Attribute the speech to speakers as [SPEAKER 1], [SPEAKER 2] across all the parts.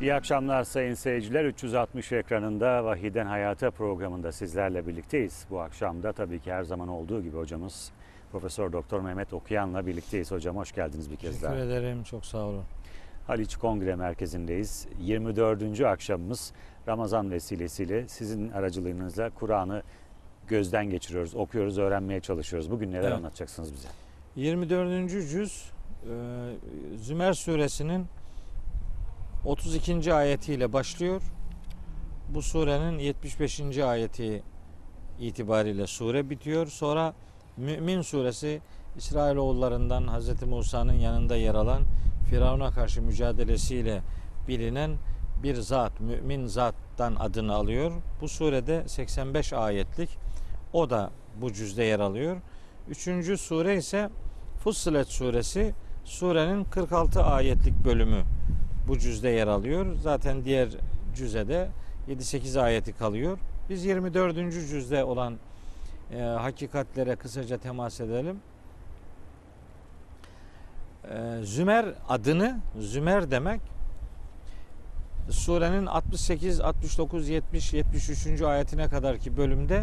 [SPEAKER 1] İyi akşamlar sayın seyirciler. 360 ekranında Vahiden Hayata programında sizlerle birlikteyiz. Bu akşam da tabii ki her zaman olduğu gibi hocamız Profesör Doktor Mehmet Okuyan'la birlikteyiz. Hocam hoş geldiniz bir kez daha.
[SPEAKER 2] Teşekkür ederim. Çok sağ olun.
[SPEAKER 1] Haliç Kongre Merkezi'ndeyiz. 24. akşamımız Ramazan vesilesiyle sizin aracılığınızla Kur'an'ı gözden geçiriyoruz, okuyoruz, öğrenmeye çalışıyoruz. Bugün neler anlatacaksınız bize?
[SPEAKER 2] 24. cüz Zümer suresinin 32. ayetiyle başlıyor. Bu surenin 75. ayeti itibariyle sure bitiyor. Sonra Mümin suresi İsrailoğullarından Hz. Musa'nın yanında yer alan Firavun'a karşı mücadelesiyle bilinen bir zat, mümin zattan adını alıyor. Bu surede 85 ayetlik. O da bu cüzde yer alıyor. 3. sure ise Fussilet suresi. Surenin 46 ayetlik bölümü bu cüzde yer alıyor. Zaten diğer cüze de 7-8 ayeti kalıyor. Biz 24. cüzde olan hakikatlere kısaca temas edelim. Zümer adını, Zümer demek surenin 68, 69, 70, 73. ayetine kadarki bölümde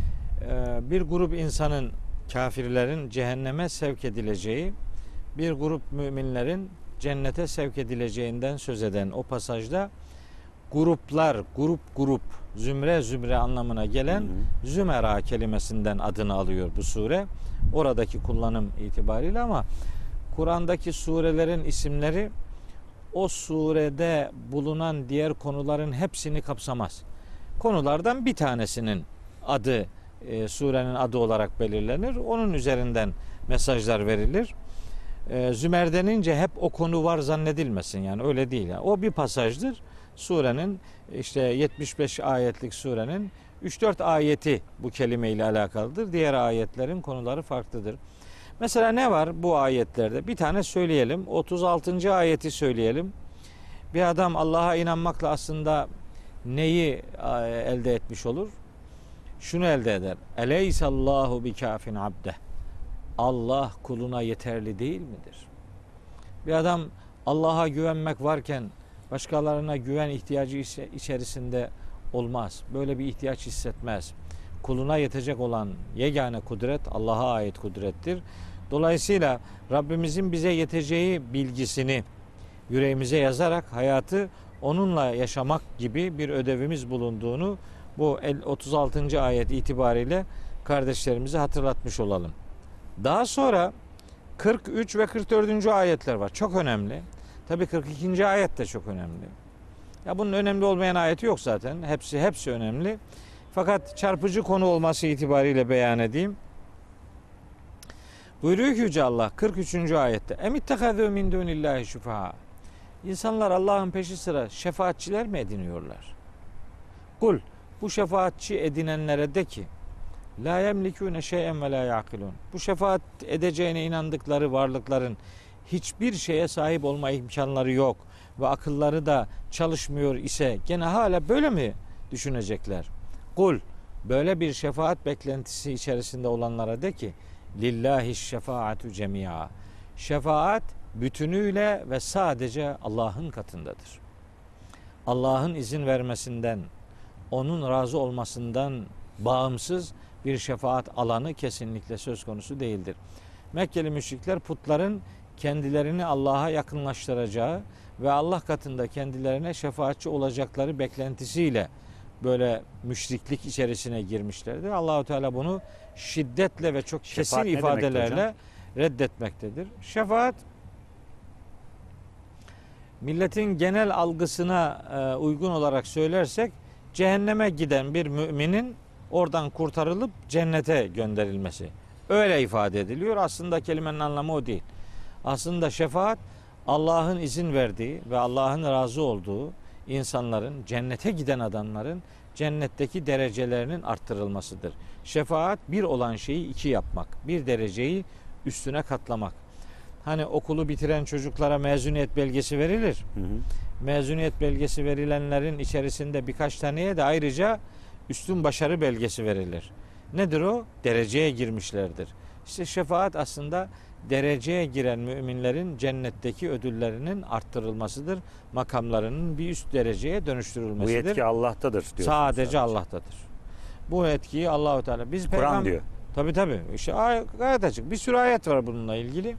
[SPEAKER 2] bir grup insanın, kafirlerin cehenneme sevk edileceği, bir grup müminlerin cennete sevk edileceğinden söz eden o pasajda gruplar, grup, zümre anlamına gelen zümera kelimesinden adını alıyor bu sure. Oradaki kullanım itibariyle, ama Kur'an'daki surelerin isimleri o surede bulunan diğer konuların hepsini kapsamaz. Konulardan bir tanesinin adı surenin adı olarak belirlenir. Onun üzerinden mesajlar verilir. Zümer denince hep o konu var zannedilmesin, yani öyle değil. Yani o bir pasajdır. Surenin işte 75 ayetlik surenin 3-4 ayeti bu kelimeyle alakalıdır. Diğer ayetlerin konuları farklıdır. Mesela ne var bu ayetlerde? Bir tane söyleyelim. 36. ayeti söyleyelim. Bir adam Allah'a inanmakla aslında neyi elde etmiş olur? Şunu elde eder. Eleysallahu bikafin abde. Allah kuluna yeterli değil midir? Bir adam Allah'a güvenmek varken başkalarına güven ihtiyacı içerisinde olmaz. Böyle bir ihtiyaç hissetmez. Kuluna yetecek olan yegane kudret Allah'a ait kudrettir. Dolayısıyla Rabbimizin bize yeteceği bilgisini yüreğimize yazarak hayatı onunla yaşamak gibi bir ödevimiz bulunduğunu bu 36. ayet itibariyle kardeşlerimize hatırlatmış olalım. Daha sonra 43 ve 44. ayetler var. Çok önemli. Tabii 42. ayet de çok önemli. Ya bunun önemli olmayan ayeti yok zaten. Hepsi önemli. Fakat çarpıcı konu olması itibariyle beyan edeyim. Buyuruyor ki Yüce Allah 43. ayette: Emittekazû min dûnillâhi şufâ. İnsanlar Allah'ın peşi sıra şefaatçiler mi ediniyorlar? Kul, bu şefaatçi edinenlere de ki: La yemlikûne şey'en ve la ya'kilûn. Bu şefaat edeceğine inandıkları varlıkların hiçbir şeye sahip olma imkanları yok ve akılları da çalışmıyor ise gene hala böyle mi düşünecekler? Kul, böyle bir şefaat beklentisi içerisinde olanlara de ki: Lillahi şefaatü cemia. Şefaat bütünüyle ve sadece Allah'ın katındadır. Allah'ın izin vermesinden, onun razı olmasından bağımsız bir şefaat alanı kesinlikle söz konusu değildir. Mekkeli müşrikler putların kendilerini Allah'a yakınlaştıracağı ve Allah katında kendilerine şefaatçi olacakları beklentisiyle böyle müşriklik içerisine girmişlerdir. Allahu Teala bunu şiddetle ve çok kesin ifadelerle reddetmektedir. Şefaat, milletin genel algısına uygun olarak söylersek, cehenneme giden bir müminin oradan kurtarılıp cennete gönderilmesi. Öyle ifade ediliyor. Aslında kelimenin anlamı o değil. Aslında şefaat, Allah'ın izin verdiği ve Allah'ın razı olduğu insanların, cennete giden adamların cennetteki derecelerinin arttırılmasıdır. Şefaat, bir olan şeyi iki yapmak, bir dereceyi üstüne katlamak. Hani okulu bitiren çocuklara mezuniyet belgesi verilir. Mezuniyet belgesi verilenlerin içerisinde birkaç taneye de ayrıca üstün başarı belgesi verilir. Nedir o? Dereceye girmişlerdir. İşte şefaat aslında dereceye giren müminlerin cennetteki ödüllerinin arttırılmasıdır. Makamlarının bir üst dereceye
[SPEAKER 1] Bu
[SPEAKER 2] dönüştürülmesidir.
[SPEAKER 1] yetki Allah'tadır diyorsunuz.
[SPEAKER 2] Sadece Allah'tadır. Bu etkiyi Allahu Teala biz
[SPEAKER 1] Kur'an diyor.
[SPEAKER 2] Tabii. İşte gayet açık. Bir sürü ayet var bununla ilgili.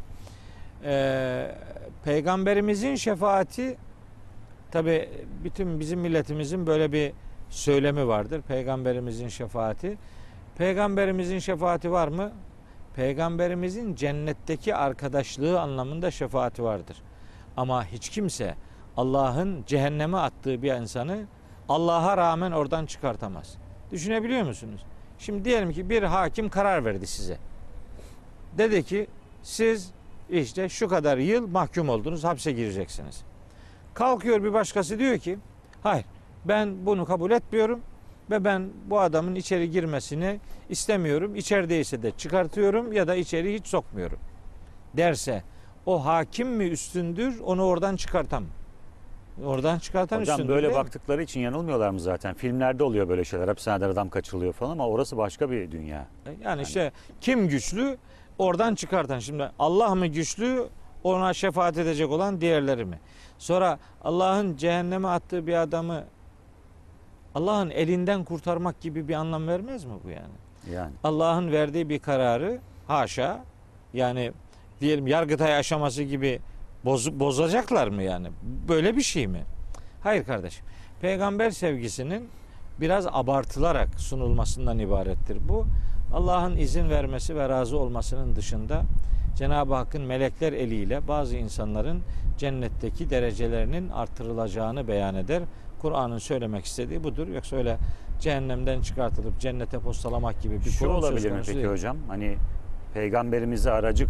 [SPEAKER 2] Peygamberimizin şefaati, tabii bütün bizim milletimizin böyle bir söylemi vardır. Peygamberimizin şefaati. Peygamberimizin şefaati var mı? Peygamberimizin cennetteki arkadaşlığı anlamında şefaati vardır. Ama hiç kimse Allah'ın cehenneme attığı bir insanı Allah'a rağmen oradan çıkartamaz. Düşünebiliyor musunuz? Şimdi diyelim ki bir hakim karar verdi size. Dedi ki siz işte şu kadar yıl mahkum oldunuz, hapse gireceksiniz. Kalkıyor bir başkası diyor ki hayır, ben bunu kabul etmiyorum ve ben bu adamın içeri girmesini istemiyorum. İçerideyse de çıkartıyorum ya da içeri hiç sokmuyorum derse o hakim mi üstündür, onu oradan çıkartan mı? Oradan çıkartan
[SPEAKER 1] Hocam
[SPEAKER 2] üstündür.
[SPEAKER 1] böyle
[SPEAKER 2] değil mi?
[SPEAKER 1] baktıkları için yanılmıyorlar mı zaten? Filmlerde oluyor böyle şeyler. Hapishaneden adam kaçırılıyor falan ama orası başka bir dünya.
[SPEAKER 2] Yani işte kim güçlü, oradan çıkartan. Şimdi Allah mı güçlü, ona şefaat edecek olan diğerleri mi? Sonra Allah'ın cehenneme attığı bir adamı Allah'ın elinden kurtarmak gibi bir anlam vermez mi bu yani?
[SPEAKER 1] Yani.
[SPEAKER 2] Allah'ın verdiği bir kararı haşa, yani diyelim Yargıtay aşaması gibi bozacaklar mı yani? Böyle bir şey mi? Hayır kardeşim. Peygamber sevgisinin biraz abartılarak sunulmasından ibarettir bu. Allah'ın izin vermesi ve razı olmasının dışında Cenab-ı Hakk'ın melekler eliyle bazı insanların cennetteki derecelerinin artırılacağını beyan eder. Kur'an'ın söylemek istediği budur. Yoksa öyle cehennemden çıkartılıp cennete postalamak gibi bir
[SPEAKER 1] Şu
[SPEAKER 2] kurum söz
[SPEAKER 1] olabilir mi
[SPEAKER 2] konusu
[SPEAKER 1] peki
[SPEAKER 2] değil.
[SPEAKER 1] hocam? Hani peygamberimize aracı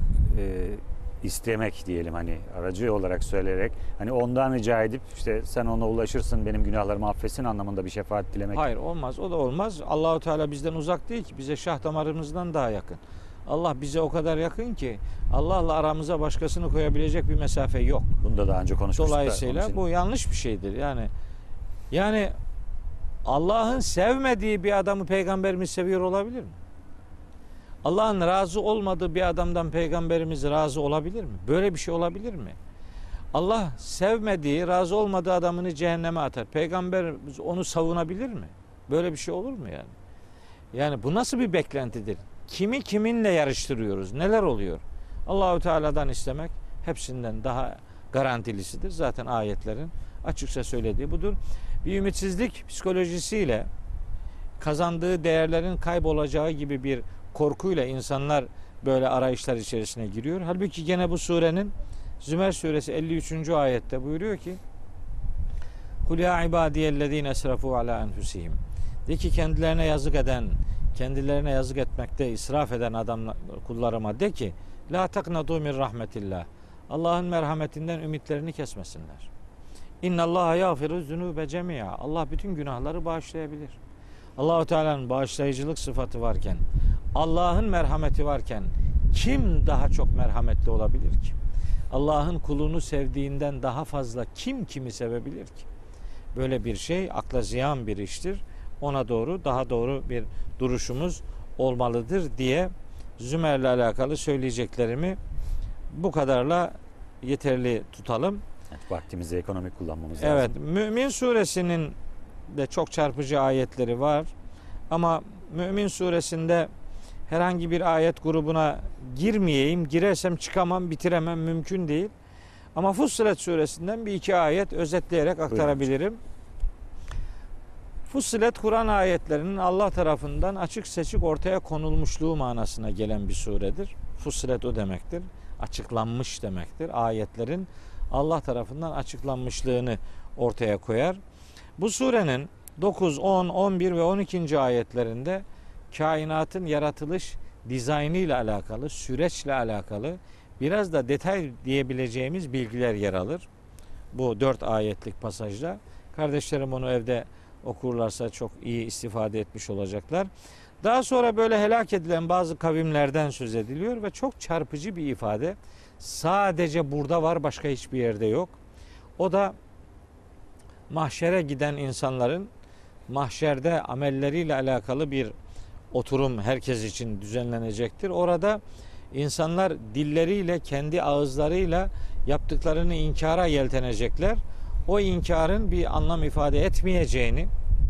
[SPEAKER 1] istemek diyelim, hani aracı olarak söyleyerek hani ondan rica edip işte sen ona ulaşırsın, benim günahlarımı affetsin anlamında bir şefaat dilemek.
[SPEAKER 2] Hayır, olmaz. O da olmaz. Allahu Teala bizden uzak değil ki. Bize şah damarımızdan daha yakın. Allah bize o kadar yakın ki Allah'la aramıza başkasını koyabilecek bir mesafe yok.
[SPEAKER 1] Bunu da daha önce konuşmuştuk.
[SPEAKER 2] Dolayısıyla bu yanlış bir şeydir. Yani Allah'ın sevmediği bir adamı peygamberimiz seviyor olabilir mi? Allah'ın razı olmadığı bir adamdan peygamberimiz razı olabilir mi? Böyle bir şey olabilir mi? Allah sevmediği, razı olmadığı adamını cehenneme atar. Peygamber onu savunabilir mi? Böyle bir şey olur mu yani? Yani bu nasıl bir beklentidir? Kimi kiminle yarıştırıyoruz? Neler oluyor? Allahu Teala'dan istemek hepsinden daha garantilisidir. Zaten ayetlerin açıkça söylediği budur. Bir ümitsizlik psikolojisiyle kazandığı değerlerin kaybolacağı gibi bir korkuyla insanlar böyle arayışlar içerisine giriyor. Halbuki gene bu surenin Zümer suresi 53. ayette buyuruyor ki Kul ya ibadiyellezine esrafu ala enfusihim. De ki kendilerine yazık eden, kendilerine yazık etmekte israf eden kullarıma de ki la taknatu min rahmetillah. Allah'ın merhametinden ümitlerini kesmesinler. İnnallaha yağfiru zunube cemia. Allah bütün günahları bağışlayabilir. Allahu Teala'nın bağışlayıcılık sıfatı varken, Allah'ın merhameti varken kim daha çok merhametli olabilir ki? Allah'ın kulunu sevdiğinden daha fazla kim kimi sevebilir ki? Böyle bir şey akla ziyan bir iştir. Ona doğru, daha doğru bir duruşumuz olmalıdır diye Zümer'le alakalı söyleyeceklerimi bu kadarla yeterli tutalım.
[SPEAKER 1] Evet, vaktimizi ekonomik kullanmamız lazım.
[SPEAKER 2] Evet, Mümin suresinin de çok çarpıcı ayetleri var. Ama Mümin suresinde herhangi bir ayet grubuna girmeyeyim. Girersem çıkamam, bitiremem, mümkün değil. Ama Fussilet suresinden bir iki ayet özetleyerek aktarabilirim. Fussilet, Kur'an ayetlerinin Allah tarafından açık seçik ortaya konulmuşluğu manasına gelen bir suredir. Fussilet o demektir. Açıklanmış demektir. Ayetlerin Allah tarafından açıklanmışlığını ortaya koyar. Bu surenin 9, 10, 11 ve 12. ayetlerinde kainatın yaratılış dizaynı ile alakalı, süreçle alakalı biraz da detay diyebileceğimiz bilgiler yer alır. Bu 4 ayetlik pasajda. Kardeşlerim onu evde okurlarsa çok iyi istifade etmiş olacaklar. Daha sonra böyle helak edilen bazı kavimlerden söz ediliyor ve çok çarpıcı bir ifade. Sadece burada var, başka hiçbir yerde yok. O da mahşere giden insanların mahşerde amelleriyle alakalı bir oturum herkes için düzenlenecektir. Orada İnsanlar dilleriyle, kendi ağızlarıyla yaptıklarını inkara yeltenecekler. O inkarın bir anlam ifade etmeyeceğini,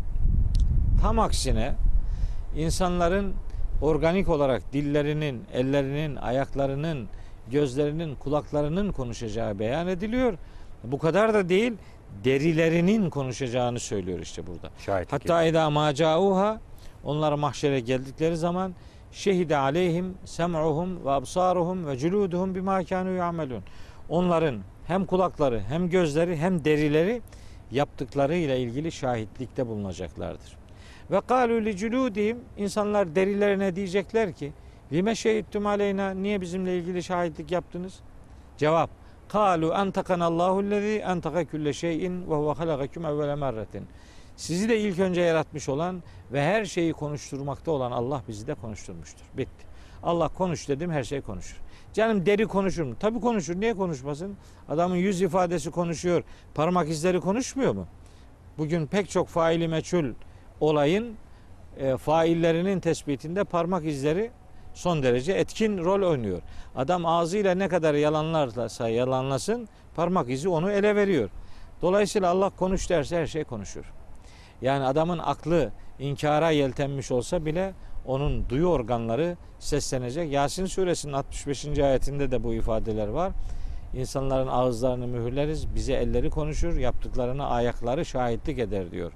[SPEAKER 2] tam aksine insanların organik olarak dillerinin, ellerinin, ayaklarının, gözlerinin, kulaklarının konuşacağı beyan ediliyor. Bu kadar da değil, derilerinin konuşacağını söylüyor işte burada.
[SPEAKER 1] Şahitlik
[SPEAKER 2] Hatta eda macauha, onlar mahşere geldikleri zaman şehide aleyhim sem'uhum ve absaruhum ve culuduhum bima kanu ya'melun. Onların hem kulakları, hem gözleri, hem derileri yaptıklarıyla ilgili şahitlikte bulunacaklardır. Ve kâlû li culûdihim, insanlar derilerine diyecekler ki lime şehittum aleyna, niye bizimle ilgili şahitlik yaptınız? Cevap: kâlû entakanallâhu'llezî entaka külle şeyin ve huve halakaküm evvele merretin. Sizi de ilk önce yaratmış olan ve her şeyi konuşturmakta olan Allah bizi de konuşturmuştur. Bitti. Allah konuş dedim, her şey konuşur. Canım deri konuşur mu? Tabii konuşur. Niye konuşmasın? Adamın yüz ifadesi konuşuyor. Parmak izleri konuşmuyor mu? Bugün pek çok faili meçhul olayın faillerinin tespitinde parmak izleri son derece etkin rol oynuyor. Adam ağzıyla ne kadar yalanlarsa yalanlasın, parmak izi onu ele veriyor. Dolayısıyla Allah konuş derse her şey konuşur. Yani adamın aklı inkara yeltenmiş olsa bile onun duyu organları seslenecek. Yasin suresinin 65. ayetinde de bu ifadeler var. İnsanların ağızlarını mühürleriz, bize elleri konuşur, yaptıklarına ayakları şahitlik eder diyor.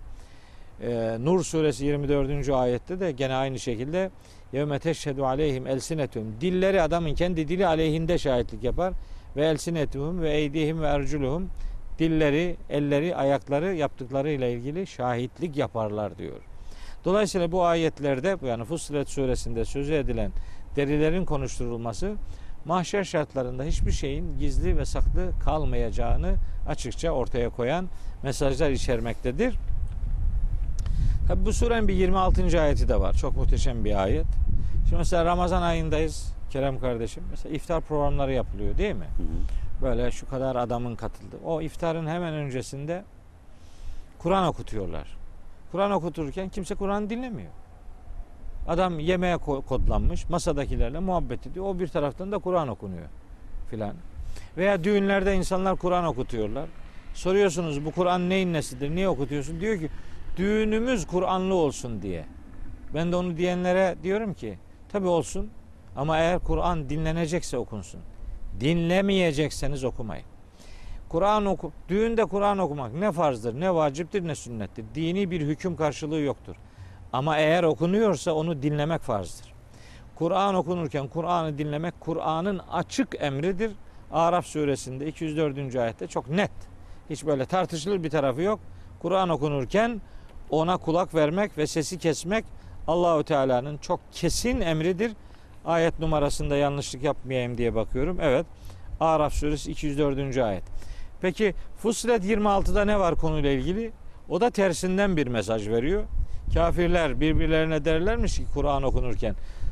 [SPEAKER 2] Nur suresi 24. ayette de gene aynı şekilde yevme teşhedü aleyhim elsinetum, dilleri, adamın kendi dili aleyhinde şahitlik yapar ve elsinetuhum ve eydihim ve erculuhum, dilleri, elleri, ayakları yaptıklarıyla ilgili şahitlik yaparlar diyor. Dolayısıyla bu ayetlerde, yani Fussilet suresinde sözü edilen derilerin konuşturulması mahşer şartlarında hiçbir şeyin gizli ve saklı kalmayacağını açıkça ortaya koyan mesajlar içermektedir. Tabi bu surenin bir 26. ayeti de var. Çok muhteşem bir ayet. Şimdi mesela Ramazan ayındayız Kerem kardeşim. Mesela iftar programları yapılıyor değil mi?
[SPEAKER 1] Hı hı.
[SPEAKER 2] Böyle şu kadar adamın katıldığı. O iftarın hemen öncesinde Kur'an okutuyorlar. Kur'an okuturken kimse Kur'an dinlemiyor. Adam yemeğe kodlanmış, masadakilerle muhabbet ediyor. O bir taraftan da Kur'an okunuyor filan. Veya düğünlerde insanlar Kur'an okutuyorlar. Soruyorsunuz bu Kur'an neyin nesidir, niye okutuyorsun? Diyor ki düğünümüz Kur'anlı olsun diye. Ben de onu diyenlere diyorum ki tabii olsun ama eğer Kur'an dinlenecekse okunsun. Dinlemeyecekseniz okumayın. Düğünde Kur'an okumak ne farzdır, ne vaciptir, ne sünnettir. Dini bir hüküm karşılığı yoktur. Ama eğer okunuyorsa onu dinlemek farzdır. Kur'an okunurken Kur'an'ı dinlemek Kur'an'ın açık emridir. Araf suresinde 204. ayette çok net. Hiç böyle tartışılır bir tarafı yok. Kur'an okunurken ona kulak vermek ve sesi kesmek Allahu Teala'nın çok kesin emridir. Ayet numarasında yanlışlık yapmayayım diye bakıyorum. Evet. Araf suresi 204. ayet. Peki Fussilet 26'da ne var konuyla ilgili? O da tersinden bir mesaj veriyor. Kafirler birbirlerine derlermiş ki Kur'an okunurken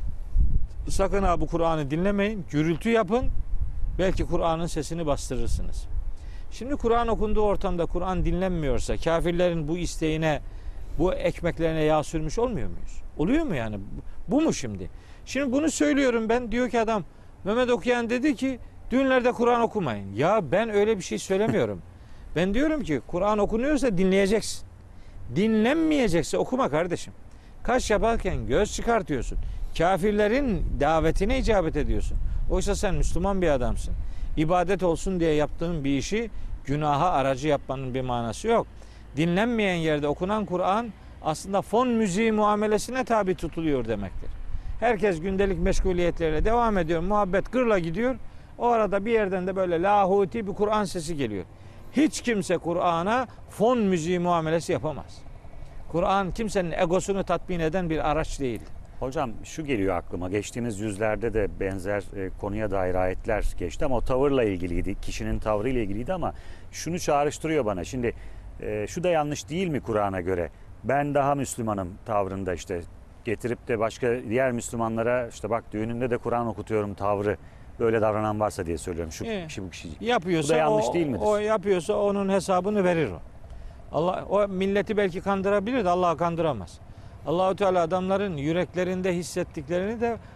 [SPEAKER 2] sakın ha bu Kur'an'ı dinlemeyin, gürültü yapın. Belki Kur'an'ın sesini bastırırsınız. Şimdi Kur'an okunduğu ortamda Kur'an dinlenmiyorsa kafirlerin bu isteğine, bu ekmeklerine yağ sürmüş olmuyor muyuz? Oluyor mu yani? Bu mu şimdi? Şimdi bunu söylüyorum ben. Diyor ki adam, Mehmet Okuyan dedi ki düğünlerde Kur'an okumayın. Ya ben öyle bir şey söylemiyorum. Ben diyorum ki Kur'an okunuyorsa dinleyeceksin. Dinlenmeyecekse okuma kardeşim. Kaş yaparken göz çıkartıyorsun. Kafirlerin davetine icabet ediyorsun. Oysa sen Müslüman bir adamsın. İbadet olsun diye yaptığın bir işi günaha aracı yapmanın bir manası yok. Dinlenmeyen yerde okunan Kur'an aslında fon müziği muamelesine tabi tutuluyor demektir. Herkes gündelik meşguliyetlerine devam ediyor. Muhabbet gırla gidiyor. O arada bir yerden de böyle lahuti bir Kur'an sesi geliyor. Hiç kimse Kur'an'a fon müziği muamelesi yapamaz. Kur'an kimsenin egosunu tatmin eden bir araç değil.
[SPEAKER 1] Hocam şu geliyor aklıma. Geçtiğimiz yüzlerde de benzer konuya dair ayetler geçti ama o tavırla ilgiliydi. Kişinin tavrıyla ilgiliydi ama şunu çağrıştırıyor bana. Şimdi şu da yanlış değil mi Kur'an'a göre? Ben daha Müslümanım tavrında işte getirip de başka diğer Müslümanlara işte bak düğününde de Kur'an okutuyorum tavrı böyle davranan varsa diye söylüyorum. Bu kişi.
[SPEAKER 2] Yapıyorsa
[SPEAKER 1] Bu da yanlış değil midir?
[SPEAKER 2] O yapıyorsa onun hesabını verir o. Allah o milleti belki kandırabilir de Allah'ı kandıramaz. Allahu Teala adamların yüreklerinde hissettiklerini de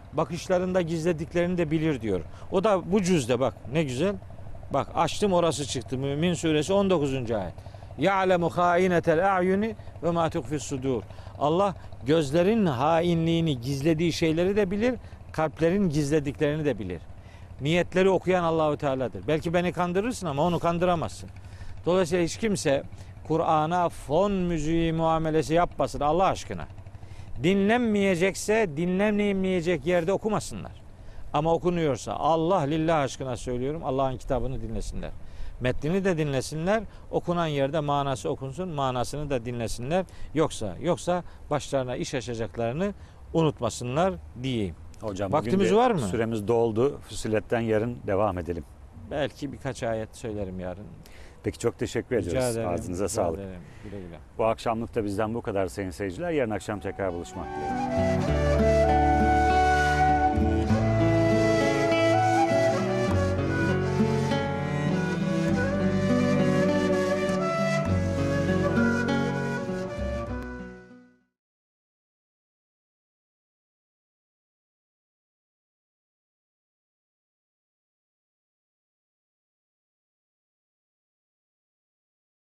[SPEAKER 2] bakışlarında gizlediklerini de bilir diyor. O da bu cüzde bak ne güzel. Bak açtım orası çıktı. Mümin suresi 19. ayet. Ya'lemu hainetel a'yuni ve ma tukfis sudur. Allah gözlerin hainliğini, gizlediği şeyleri de bilir, kalplerin gizlediklerini de bilir. Niyetleri okuyan Allahu Teala'dır. Belki beni kandırırsın ama onu kandıramazsın. Dolayısıyla hiç kimse Kur'an'a fon müziği muamelesi yapmasın Allah aşkına. Dinlenmeyecekse dinlenmeyecek yerde okumasınlar. Ama okunuyorsa Allah lillah aşkına söylüyorum Allah'ın kitabını dinlesinler. Metnini de dinlesinler. Okunan yerde manası okunsun, manasını da dinlesinler. Yoksa başlarına iş açacaklarını unutmasınlar diyeyim.
[SPEAKER 1] Hocam
[SPEAKER 2] Vaktimiz
[SPEAKER 1] bugün de
[SPEAKER 2] var mı?
[SPEAKER 1] süremiz doldu. Füsiletten yarın devam edelim.
[SPEAKER 2] Belki birkaç ayet söylerim yarın.
[SPEAKER 1] Peki çok teşekkür
[SPEAKER 2] Rica
[SPEAKER 1] ediyoruz.
[SPEAKER 2] ederim.
[SPEAKER 1] Ağzınıza
[SPEAKER 2] rica
[SPEAKER 1] sağlık.
[SPEAKER 2] ederim. Güle güle.
[SPEAKER 1] Bu akşamlık da bizden bu kadar sayın seyirciler. Yarın akşam tekrar buluşmak dileğiyle.